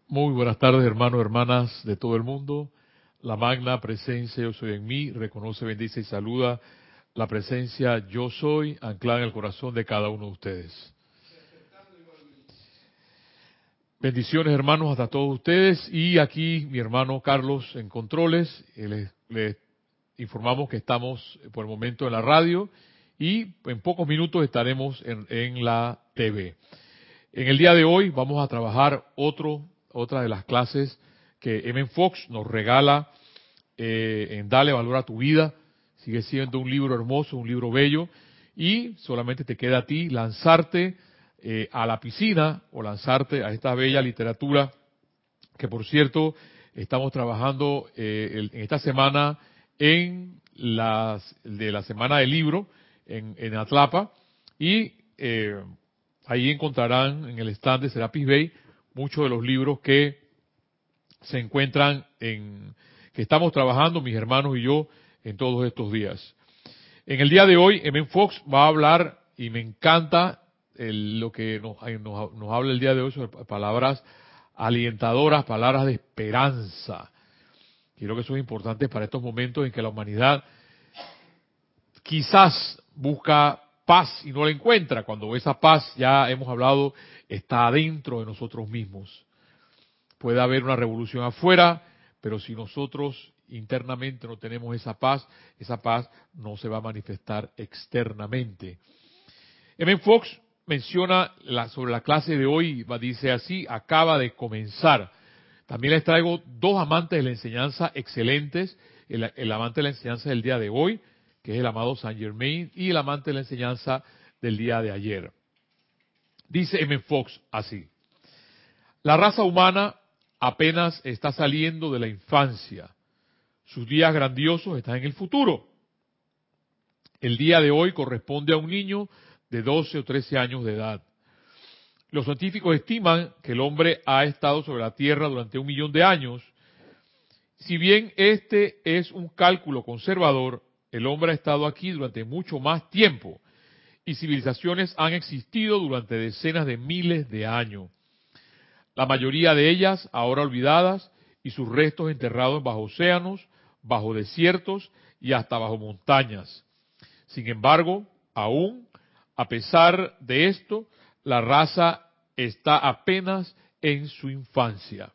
Muy buenas tardes, hermanos, hermanas de todo el mundo. La magna presencia Yo Soy en mí reconoce, bendice y saluda la presencia Yo Soy anclada en el corazón de cada uno de ustedes. Bendiciones, hermanos, hasta todos ustedes. Y aquí mi hermano Carlos en controles. Les informamos que estamos por el momento en la radio y en pocos minutos estaremos en la TV. En el día de hoy vamos a trabajar otra de las clases que M. Fox nos regala en Dale Valor a tu Vida. Sigue siendo un libro hermoso, un libro bello, y solamente te queda a ti lanzarte a la piscina o lanzarte a esta bella literatura que, por cierto, estamos trabajando en esta semana de la Semana del Libro en Atlapa, y ahí encontrarán en el stand de Serapis Bay muchos de los libros que se encuentran que estamos trabajando mis hermanos y yo en todos estos días. En el día de hoy, M. Fox va a hablar, y me encanta lo que nos habla el día de hoy sobre palabras alentadoras, palabras de esperanza. Creo que eso es importante para estos momentos en que la humanidad quizás busca paz y no la encuentra, cuando esa paz, ya hemos hablado, está adentro de nosotros mismos. Puede haber una revolución afuera, pero si nosotros internamente no tenemos esa paz no se va a manifestar externamente. M. Fox menciona sobre la clase de hoy, dice así: acaba de comenzar. También les traigo dos amantes de la enseñanza excelentes, el amante de la enseñanza del día de hoy, que es el amado Saint Germain, y el amante de la enseñanza del día de ayer. Dice M. Fox así: la raza humana apenas está saliendo de la infancia. Sus días grandiosos están en el futuro. El día de hoy corresponde a un niño de 12 o 13 años de edad. Los científicos estiman que el hombre ha estado sobre la Tierra durante 1 millón de años. Si bien este es un cálculo conservador, el hombre ha estado aquí durante mucho más tiempo, y civilizaciones han existido durante decenas de miles de años. La mayoría de ellas ahora olvidadas, y sus restos enterrados bajo océanos, bajo desiertos y hasta bajo montañas. Sin embargo, aún, a pesar de esto, la raza está apenas en su infancia.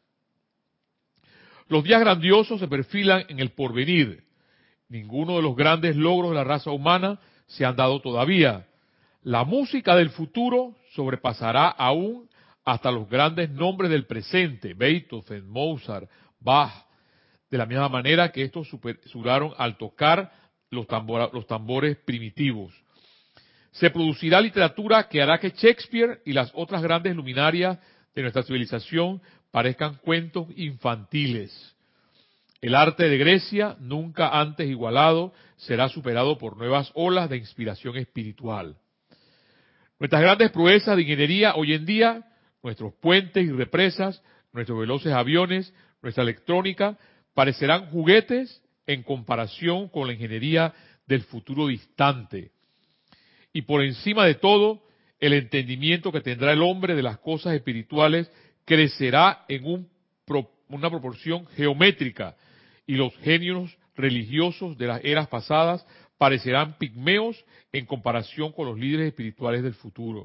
Los días grandiosos se perfilan en el porvenir. Ninguno de los grandes logros de la raza humana se han dado todavía. La música del futuro sobrepasará aún hasta los grandes nombres del presente: Beethoven, Mozart, Bach, de la misma manera que estos superaron al tocar los tambores primitivos. Se producirá literatura que hará que Shakespeare y las otras grandes luminarias de nuestra civilización parezcan cuentos infantiles. El arte de Grecia, nunca antes igualado, será superado por nuevas olas de inspiración espiritual. Nuestras grandes proezas de ingeniería hoy en día, nuestros puentes y represas, nuestros veloces aviones, nuestra electrónica, parecerán juguetes en comparación con la ingeniería del futuro distante. Y por encima de todo, el entendimiento que tendrá el hombre de las cosas espirituales crecerá en una proporción geométrica, y los genios religiosos de las eras pasadas parecerán pigmeos en comparación con los líderes espirituales del futuro.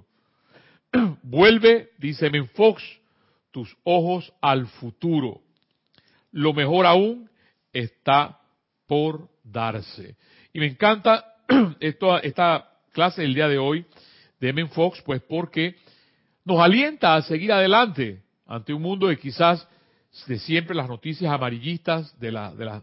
Vuelve, dice M. Fox, tus ojos al futuro. Lo mejor aún está por darse. Y me encanta esta clase del día de hoy de M. Fox, pues porque nos alienta a seguir adelante ante un mundo de quizás de siempre las noticias amarillistas de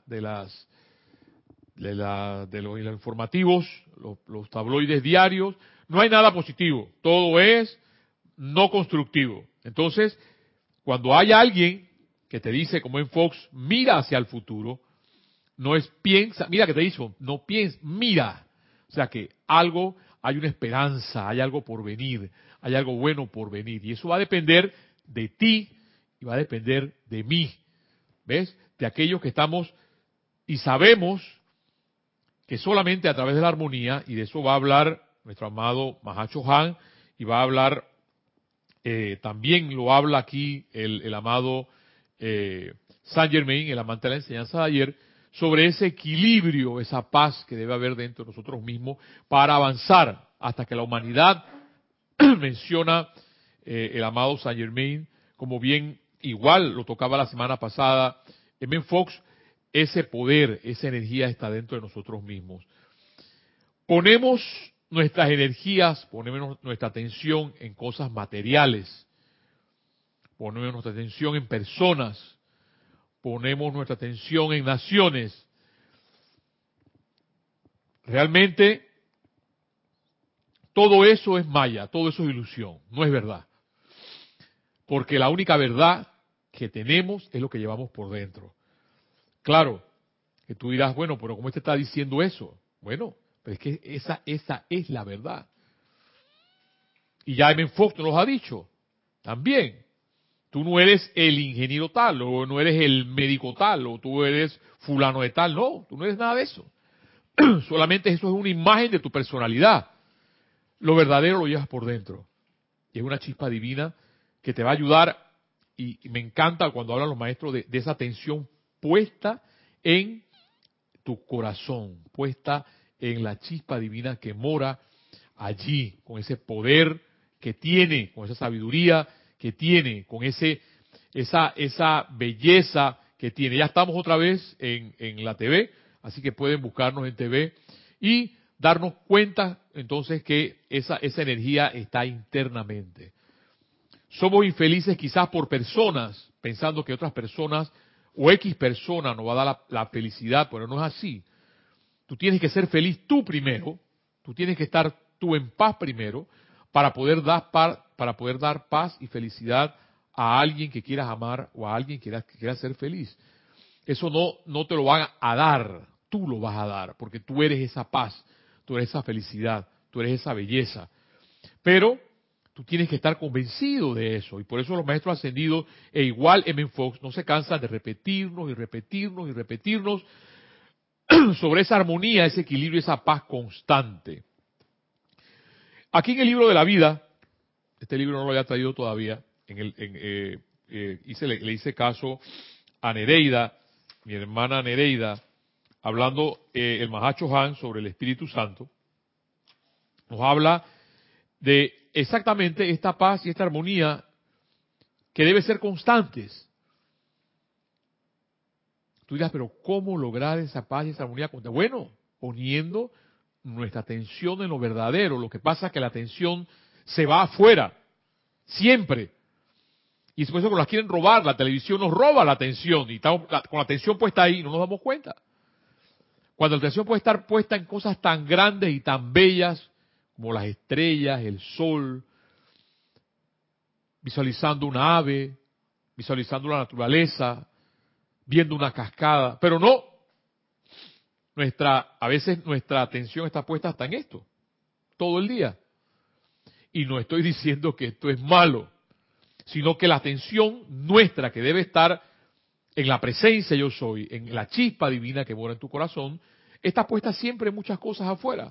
los informativos, los tabloides diarios. No hay nada positivo, todo es no constructivo. Entonces, cuando hay alguien que te dice, como en Fox, mira hacia el futuro, no es piensa, mira que te dice, no piensa, mira. O sea que hay una esperanza, hay algo por venir, hay algo bueno por venir. Y eso va a depender de ti y va a depender de mí. ¿Ves? De aquellos que estamos y sabemos que solamente a través de la armonía, y de eso va a hablar nuestro amado Mahacho Han, y va a hablar también lo habla aquí el amado Saint Germain, el amante de la enseñanza de ayer, sobre ese equilibrio, esa paz que debe haber dentro de nosotros mismos para avanzar hasta que la humanidad menciona el amado Saint Germain, como bien igual lo tocaba la semana pasada M. Fox, ese poder, esa energía está dentro de nosotros mismos. Ponemos nuestras energías, ponemos nuestra atención en cosas materiales, ponemos nuestra atención en personas, ponemos nuestra atención en naciones. Realmente todo eso es maya, todo eso es ilusión, no es verdad. Porque la única verdad que tenemos es lo que llevamos por dentro. Claro, que tú dirás, bueno, pero ¿cómo te está diciendo eso? Bueno, pero es que esa es la verdad. Y ya M. Fox nos ha dicho también. Tú no eres el ingeniero tal, o no eres el médico tal, o tú eres fulano de tal. No, tú no eres nada de eso. Solamente eso es una imagen de tu personalidad. Lo verdadero lo llevas por dentro. Y es una chispa divina que te va a ayudar. Y me encanta cuando hablan los maestros de esa atención puesta en tu corazón, puesta en la chispa divina que mora allí, con ese poder que tiene, con esa sabiduría que tiene, con esa belleza que tiene. Ya estamos otra vez en la TV, así que pueden buscarnos en TV y darnos cuenta entonces que esa energía está internamente. Somos infelices quizás por personas, pensando que otras personas o X persona nos va a dar la felicidad, pero no es así. Tú tienes que ser feliz tú primero, tú tienes que estar tú en paz primero para poder dar paz y felicidad a alguien que quieras amar o a alguien que quieras ser feliz. Eso no te lo van a dar, tú lo vas a dar, porque tú eres esa paz, tú eres esa felicidad, tú eres esa belleza. Pero tú tienes que estar convencido de eso. Y por eso los maestros ascendidos, e igual M. Fox, no se cansan de repetirnos y repetirnos y repetirnos sobre esa armonía, ese equilibrio, esa paz constante. Aquí en el libro de la vida, este libro no lo había traído todavía, le hice caso a Nereida, mi hermana Nereida, hablando el Mahacho Han sobre el Espíritu Santo, nos habla de exactamente esta paz y esta armonía que debe ser constantes. Tú dirás, pero ¿cómo lograr esa paz y esa armonía constante? Bueno, poniendo nuestra atención en lo verdadero. Lo que pasa es que la atención se va afuera, siempre. Y por eso que nos quieren robar, la televisión nos roba la atención y estamos con la atención puesta ahí y no nos damos cuenta. Cuando la atención puede estar puesta en cosas tan grandes y tan bellas como las estrellas, el sol, visualizando una ave, visualizando la naturaleza, viendo una cascada, pero no, a veces nuestra atención está puesta hasta en esto, todo el día. Y no estoy diciendo que esto es malo, sino que la atención nuestra que debe estar en la presencia yo soy, en la chispa divina que mora en tu corazón, está puesta siempre en muchas cosas afuera.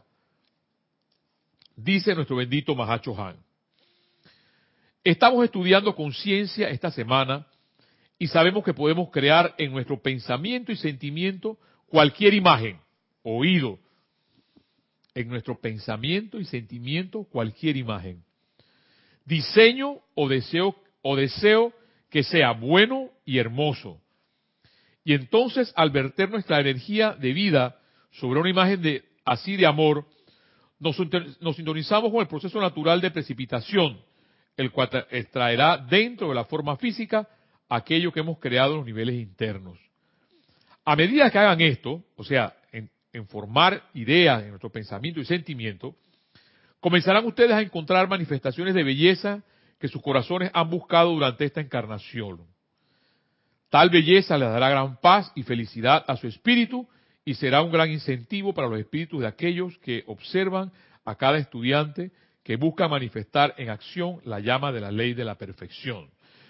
Dice nuestro bendito Mahacho Han. Estamos estudiando conciencia esta semana y sabemos que podemos crear en nuestro pensamiento y sentimiento cualquier imagen, oído, en nuestro pensamiento y sentimiento cualquier imagen, diseño o deseo que sea bueno y hermoso. Y entonces al verter nuestra energía de vida sobre una imagen de amor, nos sintonizamos con el proceso natural de precipitación, el cual extraerá dentro de la forma física aquello que hemos creado en los niveles internos. A medida que hagan esto, o sea, en formar ideas en nuestro pensamiento y sentimiento, comenzarán ustedes a encontrar manifestaciones de belleza que sus corazones han buscado durante esta encarnación. Tal belleza les dará gran paz y felicidad a su espíritu y será un gran incentivo para los espíritus de aquellos que observan a cada estudiante que busca manifestar en acción la llama de la ley de la perfección.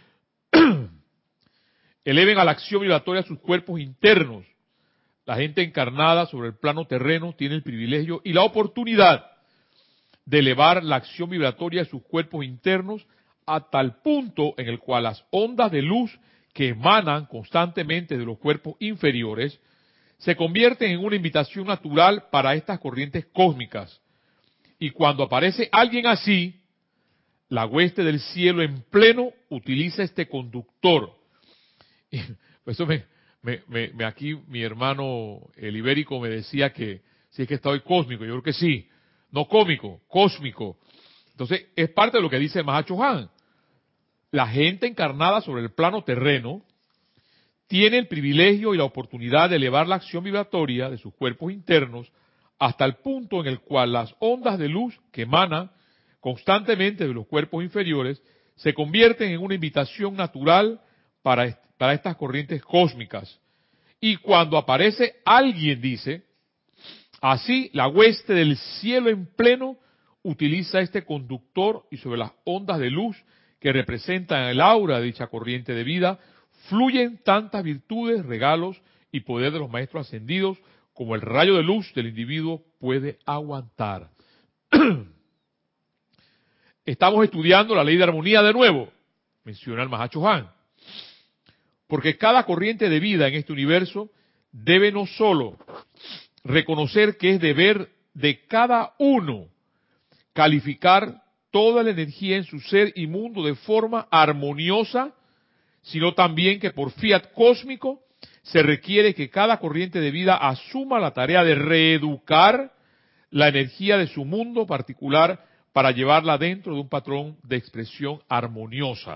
Eleven a la acción vibratoria sus cuerpos internos. La gente encarnada sobre el plano terreno tiene el privilegio y la oportunidad de elevar la acción vibratoria de sus cuerpos internos a tal punto en el cual las ondas de luz que emanan constantemente de los cuerpos inferiores se convierten en una invitación natural para estas corrientes cósmicas. Y cuando aparece alguien así, la hueste del cielo en pleno utiliza este conductor. Y eso aquí mi hermano el ibérico me decía que si es que estoy cósmico, yo creo que sí, no cómico, cósmico. Entonces es parte de lo que dice el Mahacho Han. La gente encarnada sobre el plano terreno tiene el privilegio y la oportunidad de elevar la acción vibratoria de sus cuerpos internos hasta el punto en el cual las ondas de luz que emanan constantemente de los cuerpos inferiores se convierten en una invitación natural para estas corrientes cósmicas. Y cuando aparece alguien, dice, así la hueste del cielo en pleno utiliza este conductor y sobre las ondas de luz que representan el aura de dicha corriente de vida, fluyen tantas virtudes, regalos y poder de los maestros ascendidos como el rayo de luz del individuo puede aguantar. Estamos estudiando la ley de armonía de nuevo, menciona el Mahacho Han, porque cada corriente de vida en este universo debe no solo reconocer que es deber de cada uno calificar toda la energía en su ser y mundo de forma armoniosa, sino también que por fiat cósmico se requiere que cada corriente de vida asuma la tarea de reeducar la energía de su mundo particular para llevarla dentro de un patrón de expresión armoniosa.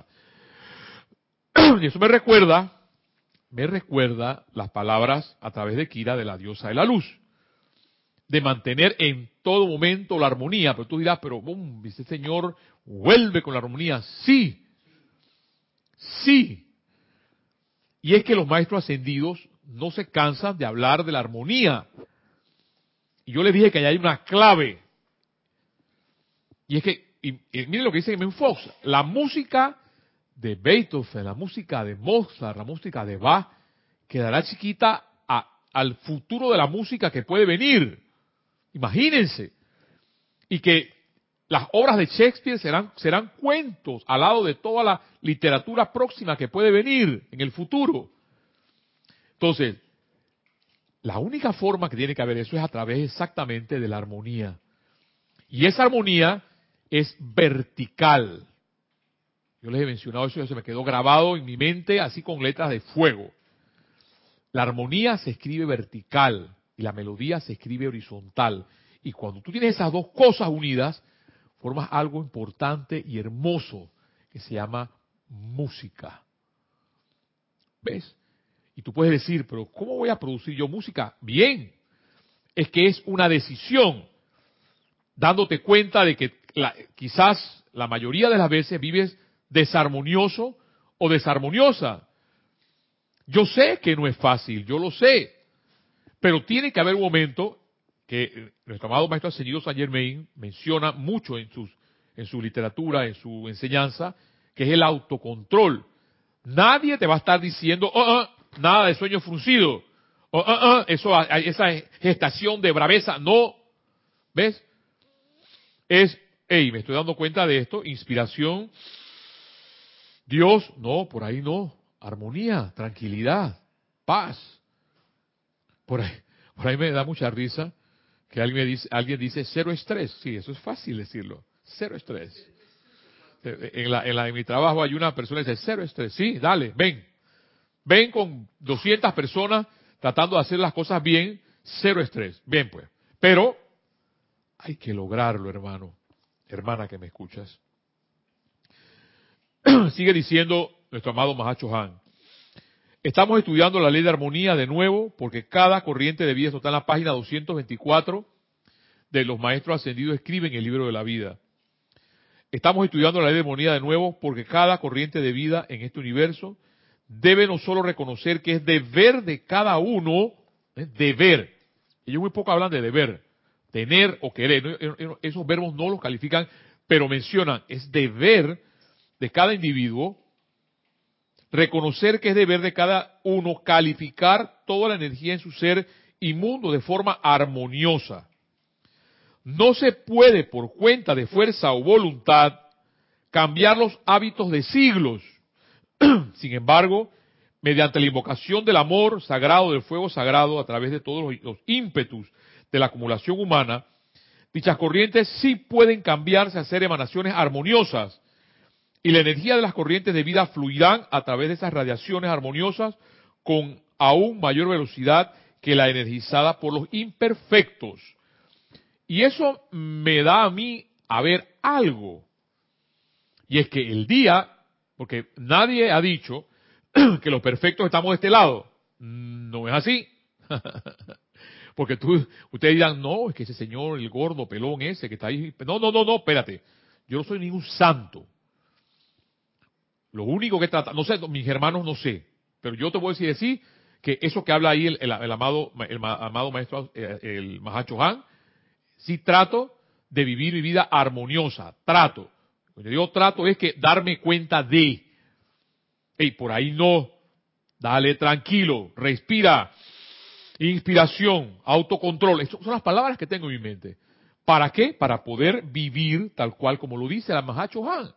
Y eso me recuerda las palabras a través de Kira de la diosa de la luz, de mantener en todo momento la armonía. Pero tú dirás, pero dice el Señor, vuelve con la armonía. Sí, sí. Y es que los maestros ascendidos no se cansan de hablar de la armonía. Y yo les dije que allá hay una clave. Y es que, y miren lo que dice Men Fox, la música de Beethoven, la música de Mozart, la música de Bach, quedará chiquita al futuro de la música que puede venir. Imagínense. Y que las obras de Shakespeare serán cuentos al lado de toda la literatura próxima que puede venir en el futuro. Entonces, la única forma que tiene que haber eso es a través exactamente de la armonía. Y esa armonía es vertical. Yo les he mencionado eso, se me quedó grabado en mi mente así con letras de fuego. La armonía se escribe vertical y la melodía se escribe horizontal. Y cuando tú tienes esas dos cosas unidas, formas algo importante y hermoso que se llama música. ¿Ves? Y tú puedes decir, pero ¿cómo voy a producir yo música? Bien, es que es una decisión, dándote cuenta de que quizás la mayoría de las veces vives desarmonioso o desarmoniosa. Yo sé que no es fácil, yo lo sé, pero tiene que haber un momento que nuestro amado Maestro Ascendido Saint Germain menciona mucho en su literatura, en su enseñanza, que es el autocontrol. Nadie te va a estar diciendo, nada de sueño fruncido, esa gestación de braveza, no. ¿Ves? Me estoy dando cuenta de esto, inspiración, Dios, no, por ahí no, armonía, tranquilidad, paz. Por ahí me da mucha risa que alguien dice cero estrés. Sí, eso es fácil decirlo, cero estrés. En mi trabajo hay una persona que dice cero estrés. Sí, dale, ven con 200 personas tratando de hacer las cosas bien, cero estrés. Bien, pues. Pero hay que lograrlo, hermana que me escuchas. Sigue diciendo nuestro amado Mahacho Han. Estamos estudiando la ley de armonía de nuevo, porque cada corriente de vida, esto está en la página 224 de los maestros ascendidos escriben el libro de la vida. Estamos estudiando la ley de armonía de nuevo, porque cada corriente de vida en este universo debe no solo reconocer que es deber de cada uno, deber. Ellos muy poco hablan de deber, tener o querer. Esos verbos no los califican, pero mencionan, es deber de cada individuo reconocer que es deber de cada uno calificar toda la energía en su ser y mundo de forma armoniosa. No se puede por cuenta de fuerza o voluntad cambiar los hábitos de siglos. Sin embargo, mediante la invocación del amor sagrado, del fuego sagrado, a través de todos los ímpetus de la acumulación humana, dichas corrientes sí pueden cambiarse a ser emanaciones armoniosas, y la energía de las corrientes de vida fluirán a través de esas radiaciones armoniosas con aún mayor velocidad que la energizada por los imperfectos. Y eso me da a mí a ver algo. Y es que el día, porque nadie ha dicho que los perfectos estamos de este lado. No es así. Porque ustedes dirán, no, es que ese señor, el gordo, pelón ese que está ahí. No, espérate. Yo no soy ningún santo. Lo único que trata, no sé, mis hermanos no sé, pero yo te voy a decir que eso que habla ahí el amado maestro, el Mahacho Han, sí trato de vivir mi vida armoniosa, trato. Cuando yo digo trato es que darme cuenta de, hey, por ahí no, dale tranquilo, respira, inspiración, autocontrol, estas son las palabras que tengo en mi mente. ¿Para qué? Para poder vivir tal cual como lo dice el Mahacho Han.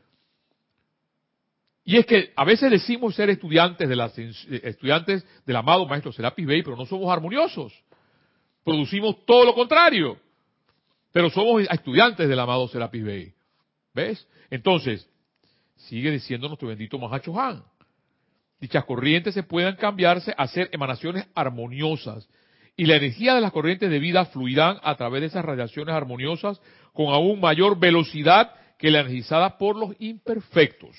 Y es que a veces decimos ser estudiantes del amado maestro Serapis Bey, pero no somos armoniosos. Producimos todo lo contrario. Pero somos estudiantes del amado Serapis Bey. ¿Ves? Entonces, sigue diciendo nuestro bendito Mahacho Han. Dichas corrientes se puedan cambiarse a ser emanaciones armoniosas. Y la energía de las corrientes de vida fluirán a través de esas radiaciones armoniosas con aún mayor velocidad que la energizada por los imperfectos.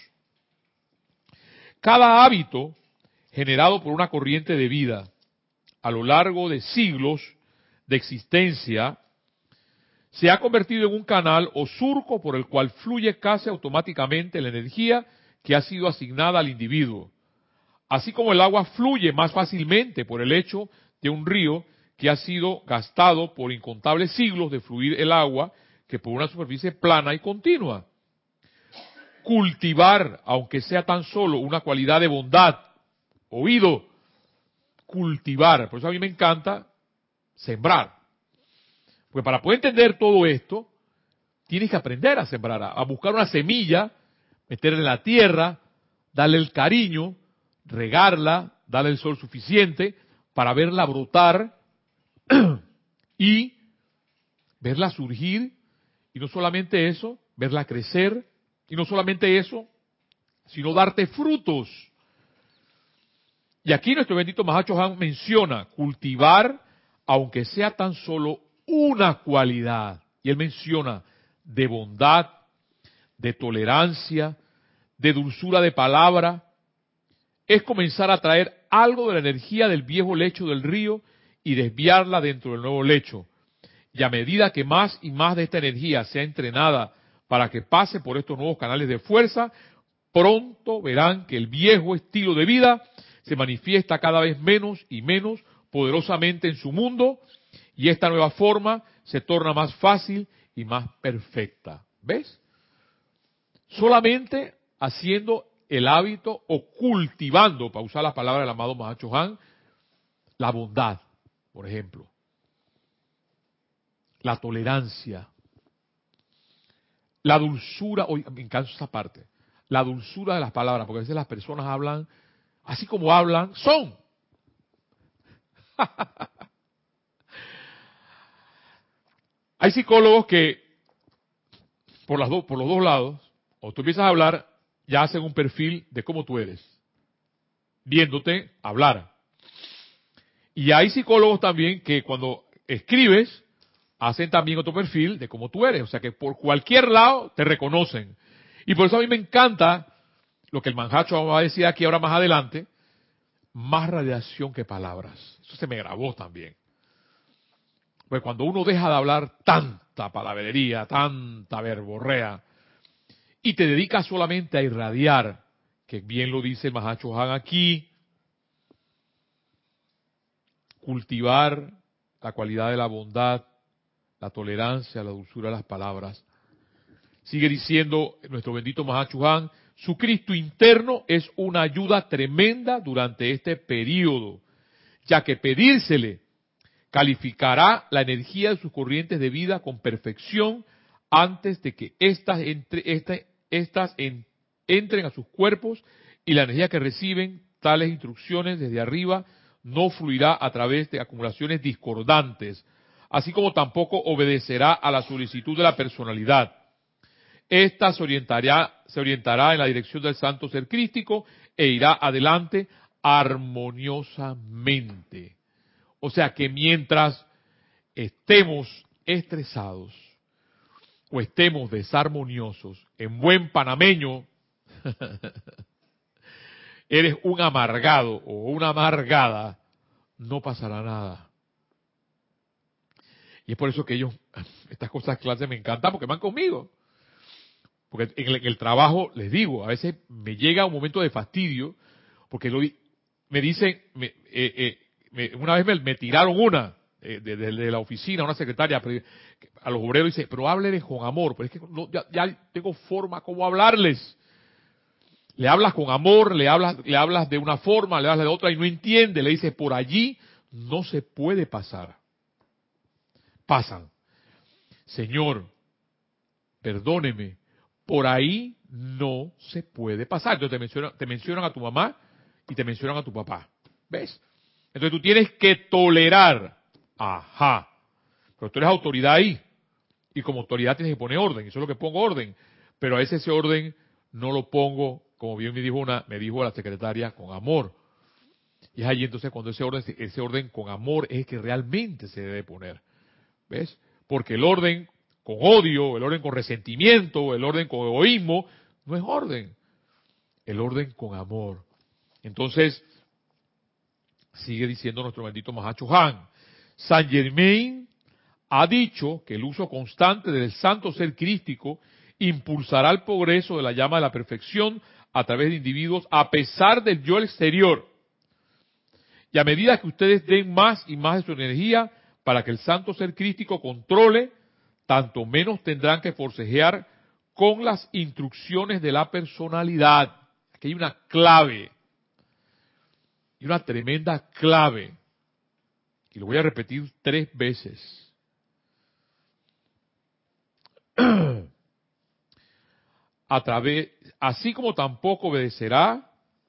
Cada hábito generado por una corriente de vida a lo largo de siglos de existencia se ha convertido en un canal o surco por el cual fluye casi automáticamente la energía que ha sido asignada al individuo. Así como el agua fluye más fácilmente por el hecho de un río que ha sido gastado por incontables siglos de fluir el agua que por una superficie plana y continua. Cultivar, aunque sea tan solo una cualidad de bondad, oído, cultivar, por eso a mí me encanta sembrar. Porque para poder entender todo esto, tienes que aprender a sembrar, a buscar una semilla, meterla en la tierra, darle el cariño, regarla, darle el sol suficiente para verla brotar y verla surgir, y no solamente eso, verla crecer, y no solamente eso, sino darte frutos. Y aquí nuestro bendito Mahacho Han menciona cultivar, aunque sea tan solo una cualidad. Y él menciona de bondad, de tolerancia, de dulzura de palabra. Es comenzar a traer algo de la energía del viejo lecho del río y desviarla dentro del nuevo lecho. Y a medida que más y más de esta energía sea entrenada para que pase por estos nuevos canales de fuerza, pronto verán que el viejo estilo de vida se manifiesta cada vez menos y menos poderosamente en su mundo, y esta nueva forma se torna más fácil y más perfecta. ¿Ves? Solamente haciendo el hábito o cultivando, para usar las palabras del amado Mahacho Han, la bondad, por ejemplo, la tolerancia, la dulzura, hoy me encanta esa parte, la dulzura de las palabras, porque a veces las personas hablan, así como hablan, son. Hay psicólogos que, por los dos lados, o tú empiezas a hablar, ya hacen un perfil de cómo tú eres, viéndote hablar. Y hay psicólogos también que cuando escribes, hacen también otro perfil de cómo tú eres. O sea que por cualquier lado te reconocen. Y por eso a mí me encanta lo que el Mahacho va a decir aquí ahora más adelante, más radiación que palabras. Eso se me grabó también. Pues cuando uno deja de hablar tanta palabrería, tanta verborrea, y te dedicas solamente a irradiar, que bien lo dice el Mahacho Han aquí, cultivar la cualidad de la bondad, la tolerancia, la dulzura de las palabras. Sigue diciendo nuestro bendito Mahacho Han, su Cristo interno es una ayuda tremenda durante este periodo, ya que pedírsele calificará la energía de sus corrientes de vida con perfección antes de que esta estas entren a sus cuerpos y la energía que reciben tales instrucciones desde arriba no fluirá a través de acumulaciones discordantes, así como tampoco obedecerá a la solicitud de la personalidad. Esta se orientará en la dirección del santo ser crístico e irá adelante armoniosamente. O sea que mientras estemos estresados o estemos desarmoniosos, en buen panameño, eres un amargado o una amargada, no pasará nada. Y es por eso que estas cosas clases me encantan porque van conmigo. Porque en el trabajo, les digo, a veces me llega un momento de fastidio, porque me dicen, una vez me tiraron de la oficina, una secretaria, a los obreros dice, pero hábleles con amor, pero es que ya tengo forma como hablarles. Le hablas con amor, le hablas de una forma, le hablas de otra y no entiende, le dices, por allí no se puede pasar. Pasan. Señor, perdóneme, por ahí no se puede pasar. Entonces te mencionan a tu mamá y te mencionan a tu papá. ¿Ves? Entonces tú tienes que tolerar. Ajá. Pero tú eres autoridad ahí. Y como autoridad tienes que poner orden. Eso es lo que pongo orden. Pero a veces ese orden no lo pongo, como bien me dijo la secretaria, con amor. Y es allí entonces cuando ese orden con amor es que realmente se debe poner. ¿Ves? Porque el orden con odio, el orden con resentimiento, el orden con egoísmo, no es orden. El orden con amor. Entonces, sigue diciendo nuestro bendito Mahacho Han, Saint Germain ha dicho que el uso constante del santo ser crístico impulsará el progreso de la llama de la perfección a través de individuos a pesar del yo exterior. Y a medida que ustedes den más y más de su energía para que el santo ser crístico controle, tanto menos tendrán que forcejear con las instrucciones de la personalidad. Aquí hay una clave, y una tremenda clave, y lo voy a repetir 3 veces. Así como tampoco obedecerá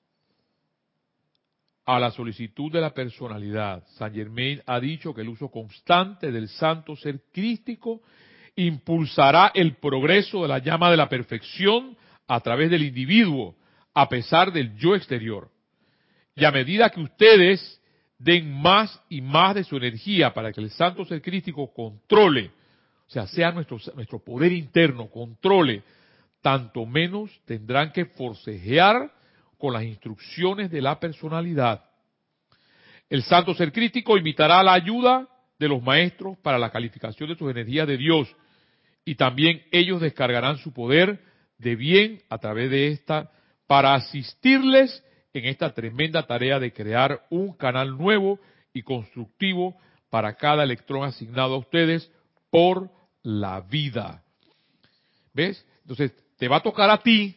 a la solicitud de la personalidad. Saint Germain ha dicho que el uso constante del santo ser crístico impulsará el progreso de la llama de la perfección a través del individuo, a pesar del yo exterior. Y a medida que ustedes den más y más de su energía para que el santo ser crístico controle, o sea, sea nuestro poder interno, controle, tanto menos tendrán que forcejear con las instrucciones de la personalidad. El santo ser crístico invitará a la ayuda de los maestros para la calificación de sus energías de Dios, y también ellos descargarán su poder de bien a través de esta para asistirles en esta tremenda tarea de crear un canal nuevo y constructivo para cada electrón asignado a ustedes por la vida. ¿Ves? Entonces, te va a tocar a ti,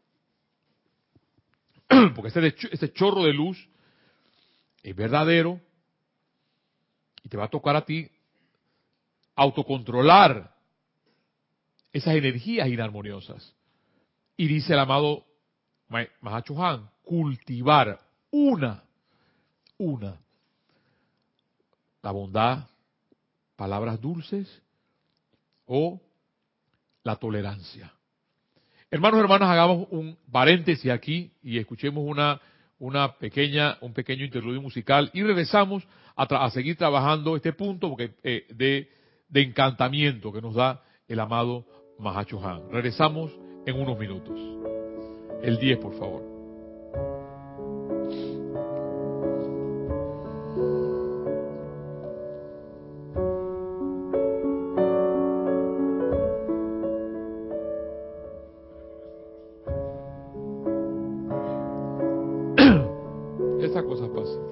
porque ese chorro de luz es verdadero, y te va a tocar a ti autocontrolar esas energías inarmoniosas. Y dice el amado Mahacho Han, cultivar una, la bondad, palabras dulces o la tolerancia. Hermanos, hermanas, hagamos un paréntesis aquí y escuchemos un pequeño interludio musical y regresamos a seguir trabajando este punto de encantamiento que nos da el amado Mahacho Han. Regresamos en unos minutos. El 10, por favor. Estas cosas pasan.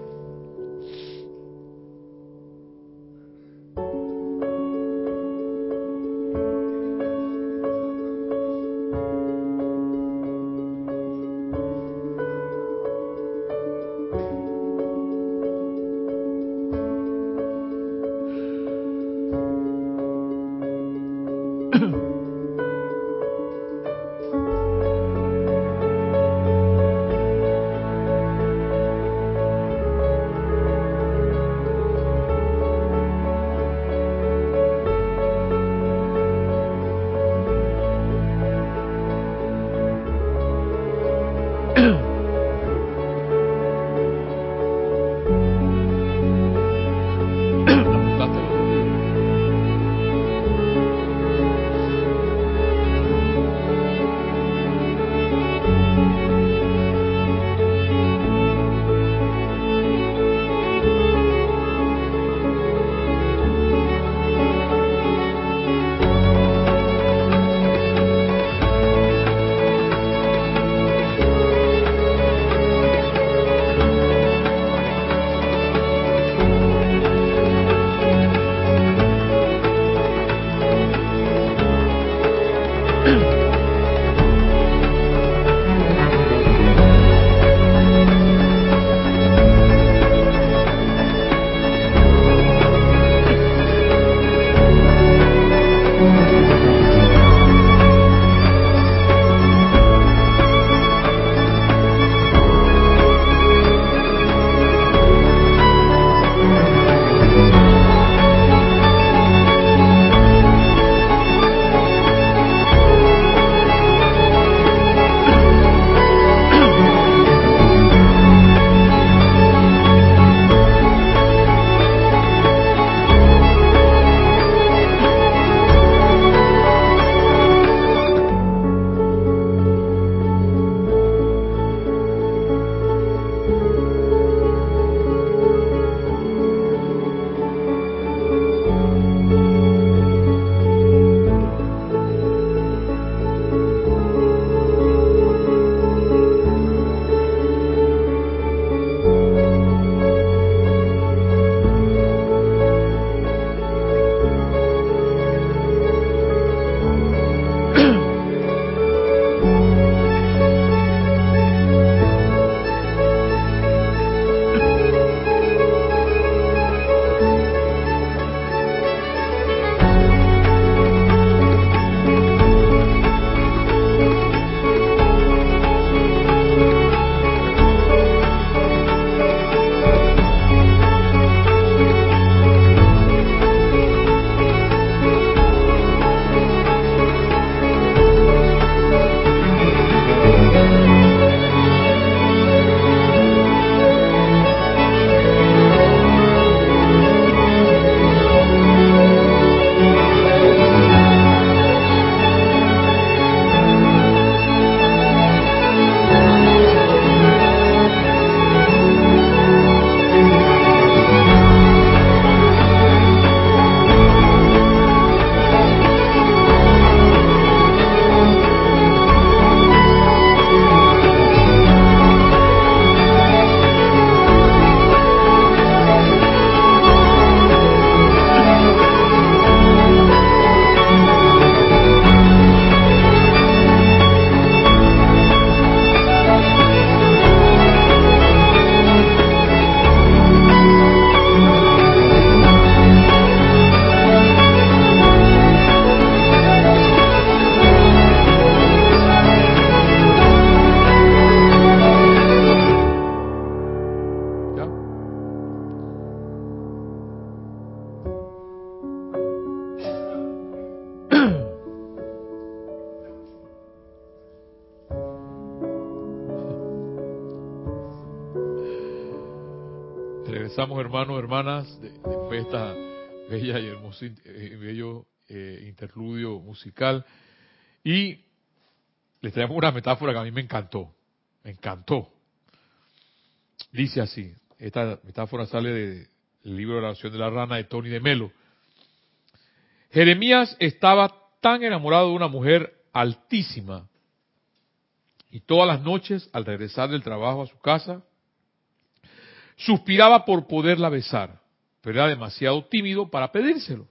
Regresamos, hermanos, hermanas, después de esta bella y hermoso, bello interludio musical. Y les traemos una metáfora que a mí me encantó. Me encantó. Dice así, esta metáfora sale del libro de la oración de la rana de Tony de Melo. Jeremías estaba tan enamorado de una mujer altísima y todas las noches al regresar del trabajo a su casa suspiraba por poderla besar, pero era demasiado tímido para pedírselo.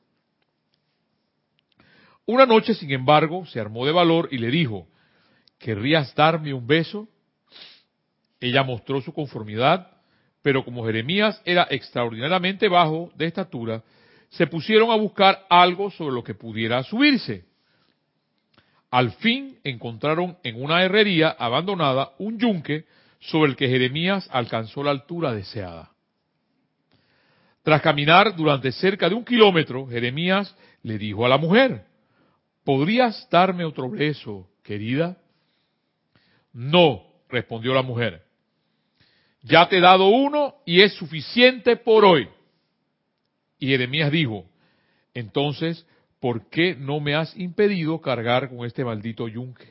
Una noche, sin embargo, se armó de valor y le dijo: ¿querrías darme un beso? Ella mostró su conformidad, pero como Jeremías era extraordinariamente bajo de estatura, se pusieron a buscar algo sobre lo que pudiera subirse. Al fin encontraron en una herrería abandonada un yunque sobre el que Jeremías alcanzó la altura deseada. Tras caminar durante cerca de 1 kilómetro, Jeremías le dijo a la mujer: ¿podrías darme otro beso, querida? No, respondió la mujer. Ya te he dado uno y es suficiente por hoy. Y Jeremías dijo: entonces, ¿por qué no me has impedido cargar con este maldito yunque?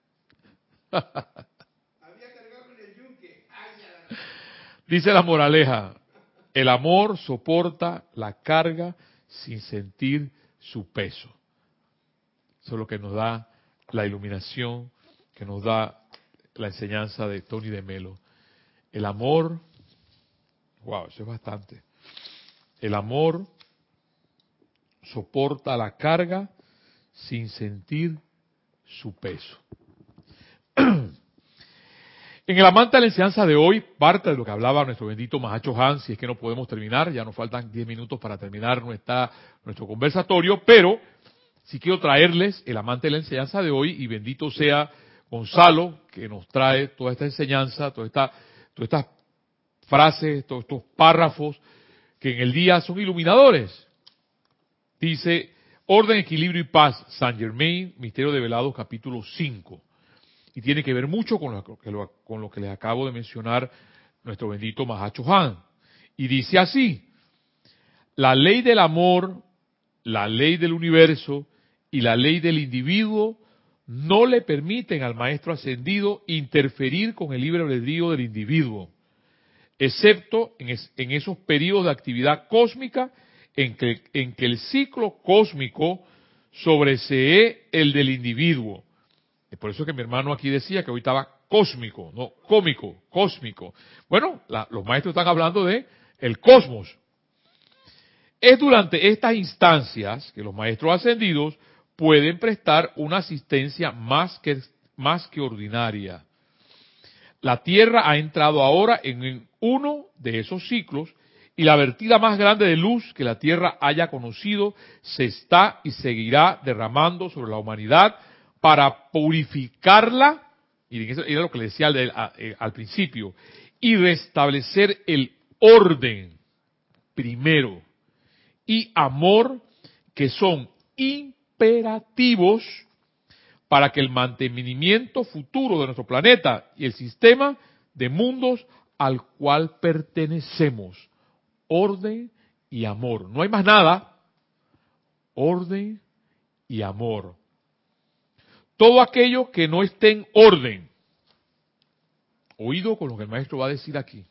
Dice la moraleja: el amor soporta la carga sin sentir su peso. Eso es lo que nos da la iluminación, que nos da la enseñanza de Tony de Melo. El amor, wow, eso es bastante. El amor soporta la carga sin sentir su peso. En el amante de la enseñanza de hoy, parte de lo que hablaba nuestro bendito Mahacho Han, si es que no podemos terminar, ya nos faltan 10 minutos para terminar nuestro conversatorio, pero sí quiero traerles el amante de la enseñanza de hoy, y bendito sea Gonzalo, que nos trae toda esta enseñanza, todas estas frases, todos estos párrafos, que en el día son iluminadores. Dice: orden, equilibrio y paz, Saint Germain, Misterio de Velados, capítulo 5. Y tiene que ver mucho con lo que les acabo de mencionar nuestro bendito Mahacho Han. Y dice así: la ley del amor, la ley del universo y la ley del individuo no le permiten al maestro ascendido interferir con el libre albedrío del individuo, excepto en esos periodos de actividad cósmica en que el ciclo cósmico sobresee el del individuo. Es por eso que mi hermano aquí decía que hoy estaba cósmico, no cómico, cósmico. Bueno, los maestros están hablando de el cosmos. Es durante estas instancias que los maestros ascendidos pueden prestar una asistencia más que ordinaria. La Tierra ha entrado ahora en uno de esos ciclos, y la vertida más grande de luz que la Tierra haya conocido se está y seguirá derramando sobre la humanidad para purificarla, y eso era lo que le decía al principio, y restablecer el orden primero y amor, que son imperativos para que el mantenimiento futuro de nuestro planeta y el sistema de mundos al cual pertenecemos. Orden y amor. No hay más nada. Orden y amor. Todo aquello que no esté en orden. Oído con lo que el maestro va a decir aquí.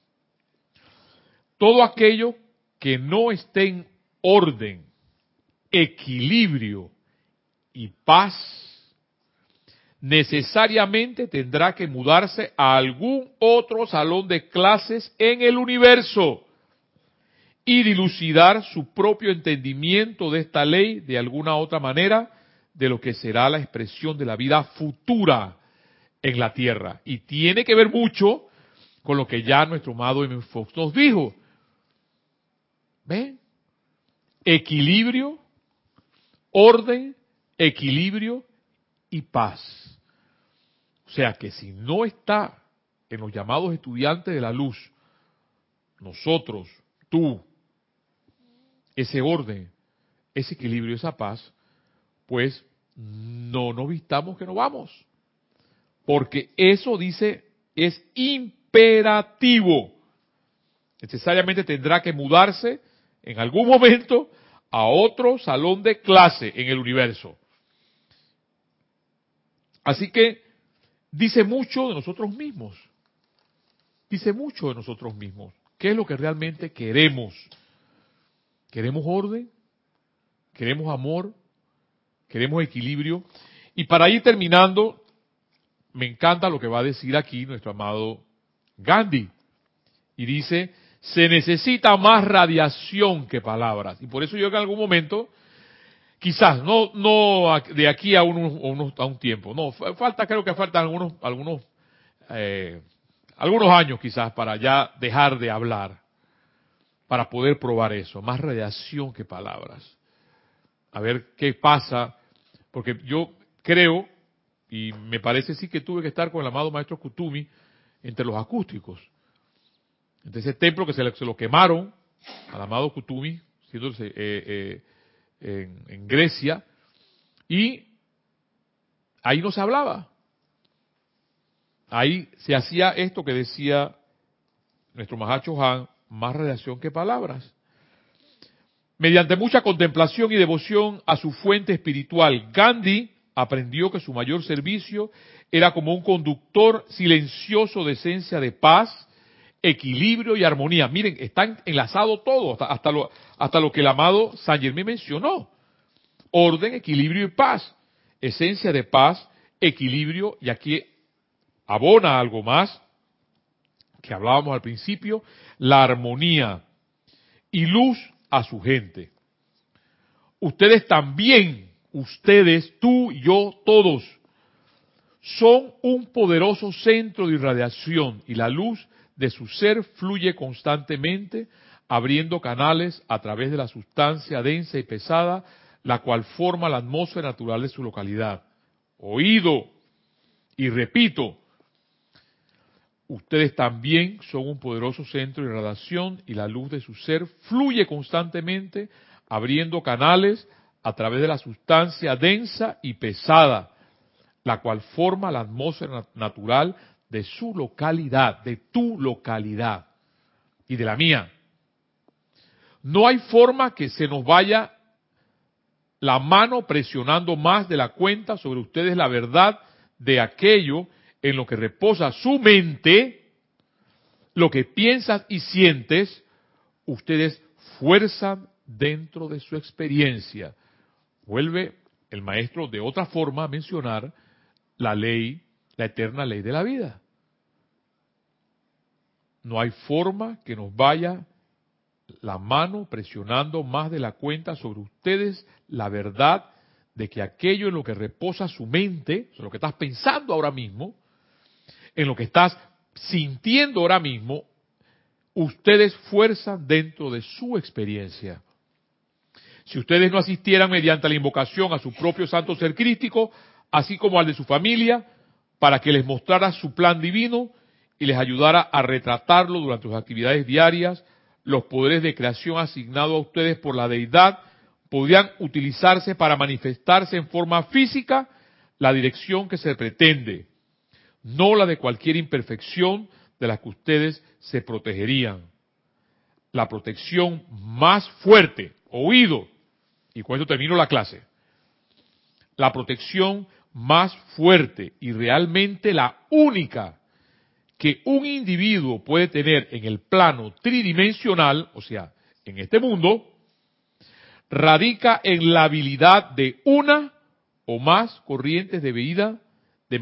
Todo aquello que no esté en orden, equilibrio y paz, necesariamente tendrá que mudarse a algún otro salón de clases en el universo y dilucidar su propio entendimiento de esta ley de alguna otra manera de lo que será la expresión de la vida futura en la Tierra. Y tiene que ver mucho con lo que ya nuestro amado M. Fox nos dijo. ¿Ven? Equilibrio, orden, equilibrio y paz. O sea que si no está en los llamados estudiantes de la luz, nosotros, tú, ese orden, ese equilibrio, esa paz, pues no nos vistamos que no vamos. Porque eso dice, es imperativo. Necesariamente tendrá que mudarse en algún momento a otro salón de clase en el universo. Así que dice mucho de nosotros mismos. Dice mucho de nosotros mismos. ¿Qué es lo que realmente queremos? ¿Queremos orden? ¿Queremos amor? ¿Queremos equilibrio? Y para ir terminando, me encanta lo que va a decir aquí nuestro amado Gandhi. Y dice, se necesita más radiación que palabras. Y por eso yo en algún momento, quizás, no de aquí a un tiempo, no, creo que faltan algunos años quizás para ya dejar de hablar, para poder probar eso, más radiación que palabras. A ver qué pasa, porque yo creo, y me parece sí que tuve que estar con el amado maestro Kutumi entre los acústicos. Entonces ese templo que se lo quemaron al amado Kutumi, en Grecia, y ahí no se hablaba. Ahí se hacía esto que decía nuestro Mahacho Han, más radiación que palabras. Mediante mucha contemplación y devoción a su fuente espiritual, Gandhi aprendió que su mayor servicio era como un conductor silencioso de esencia de paz, equilibrio y armonía. Miren, están enlazados todos, hasta lo que el amado Saint Germain mencionó. Orden, equilibrio y paz. Esencia de paz, equilibrio, y aquí abona algo más que hablábamos al principio, la armonía y luz a su gente. Ustedes también, ustedes, tú, yo, todos, son un poderoso centro de irradiación y la luz de su ser fluye constantemente, abriendo canales a través de la sustancia densa y pesada, la cual forma la atmósfera natural de su localidad. Oído, y repito, ustedes también son un poderoso centro de irradiación y la luz de su ser fluye constantemente, abriendo canales a través de la sustancia densa y pesada, la cual forma la atmósfera natural de su localidad, de tu localidad y de la mía. No hay forma que se nos vaya la mano presionando más de la cuenta sobre ustedes la verdad de aquello en lo que reposa su mente, lo que piensas y sientes, ustedes fuerzan dentro de su experiencia. Vuelve el maestro de otra forma a mencionar la ley, la eterna ley de la vida. No hay forma que nos vaya la mano presionando más de la cuenta sobre ustedes la verdad de que aquello en lo que reposa su mente, en lo que estás pensando ahora mismo, en lo que estás sintiendo ahora mismo, ustedes fuerzan dentro de su experiencia. Si ustedes no asistieran mediante la invocación a su propio santo ser crístico, así como al de su familia, para que les mostrara su plan divino y les ayudara a retratarlo durante sus actividades diarias, los poderes de creación asignados a ustedes por la deidad podrían utilizarse para manifestarse en forma física la dirección que se pretende, no la de cualquier imperfección de la que ustedes se protegerían. La protección más fuerte, oído, y con esto termino la clase, la protección más fuerte y realmente la única que un individuo puede tener en el plano tridimensional, o sea, en este mundo, radica en la habilidad de una o más corrientes de vida de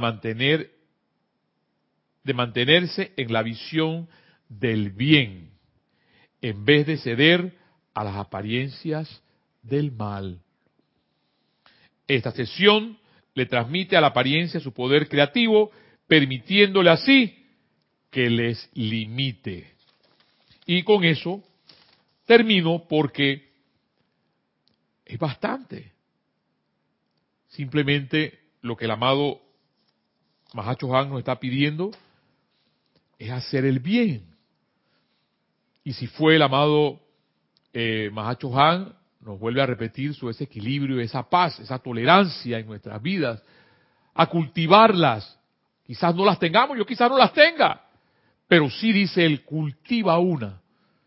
mantenerse en la visión del bien, en vez de ceder a las apariencias del mal. Esta sesión le transmite a la apariencia su poder creativo, permitiéndole así que les limite. Y con eso termino porque es bastante. Simplemente lo que el amado Mahacho Han nos está pidiendo es hacer el bien. Y si fue el amado Mahacho Han, nos vuelve a repetir sobre ese equilibrio, esa paz, esa tolerancia en nuestras vidas, a cultivarlas. Quizás no las tengamos, yo quizás no las tenga, pero sí dice él, cultiva una.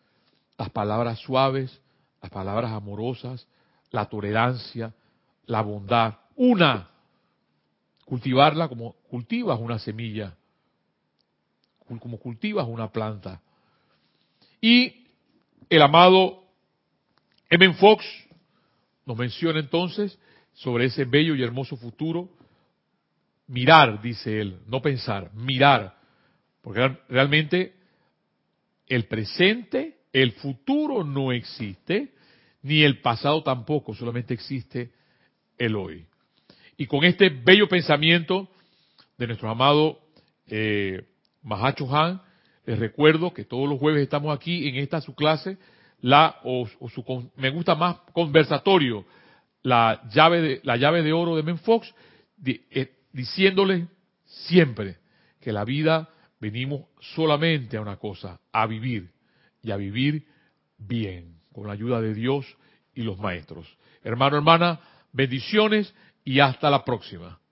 las palabras suaves, las palabras amorosas, la tolerancia, la bondad. Cultivarla como cultivas una semilla, como cultivas una planta. Y el amado M. Fox nos menciona entonces sobre ese bello y hermoso futuro. Mirar, dice él, no pensar, mirar, porque realmente el presente, el futuro no existe, ni el pasado tampoco, solamente existe el hoy. Y con este bello pensamiento de nuestro amado Mahacho Han, les recuerdo que todos los jueves estamos aquí en esta su clase, me gusta más conversatorio, la llave de oro de Men Fox, diciéndoles siempre que la vida venimos solamente a una cosa, a vivir, y a vivir bien, con la ayuda de Dios y los maestros. Hermano, hermana, bendiciones y hasta la próxima.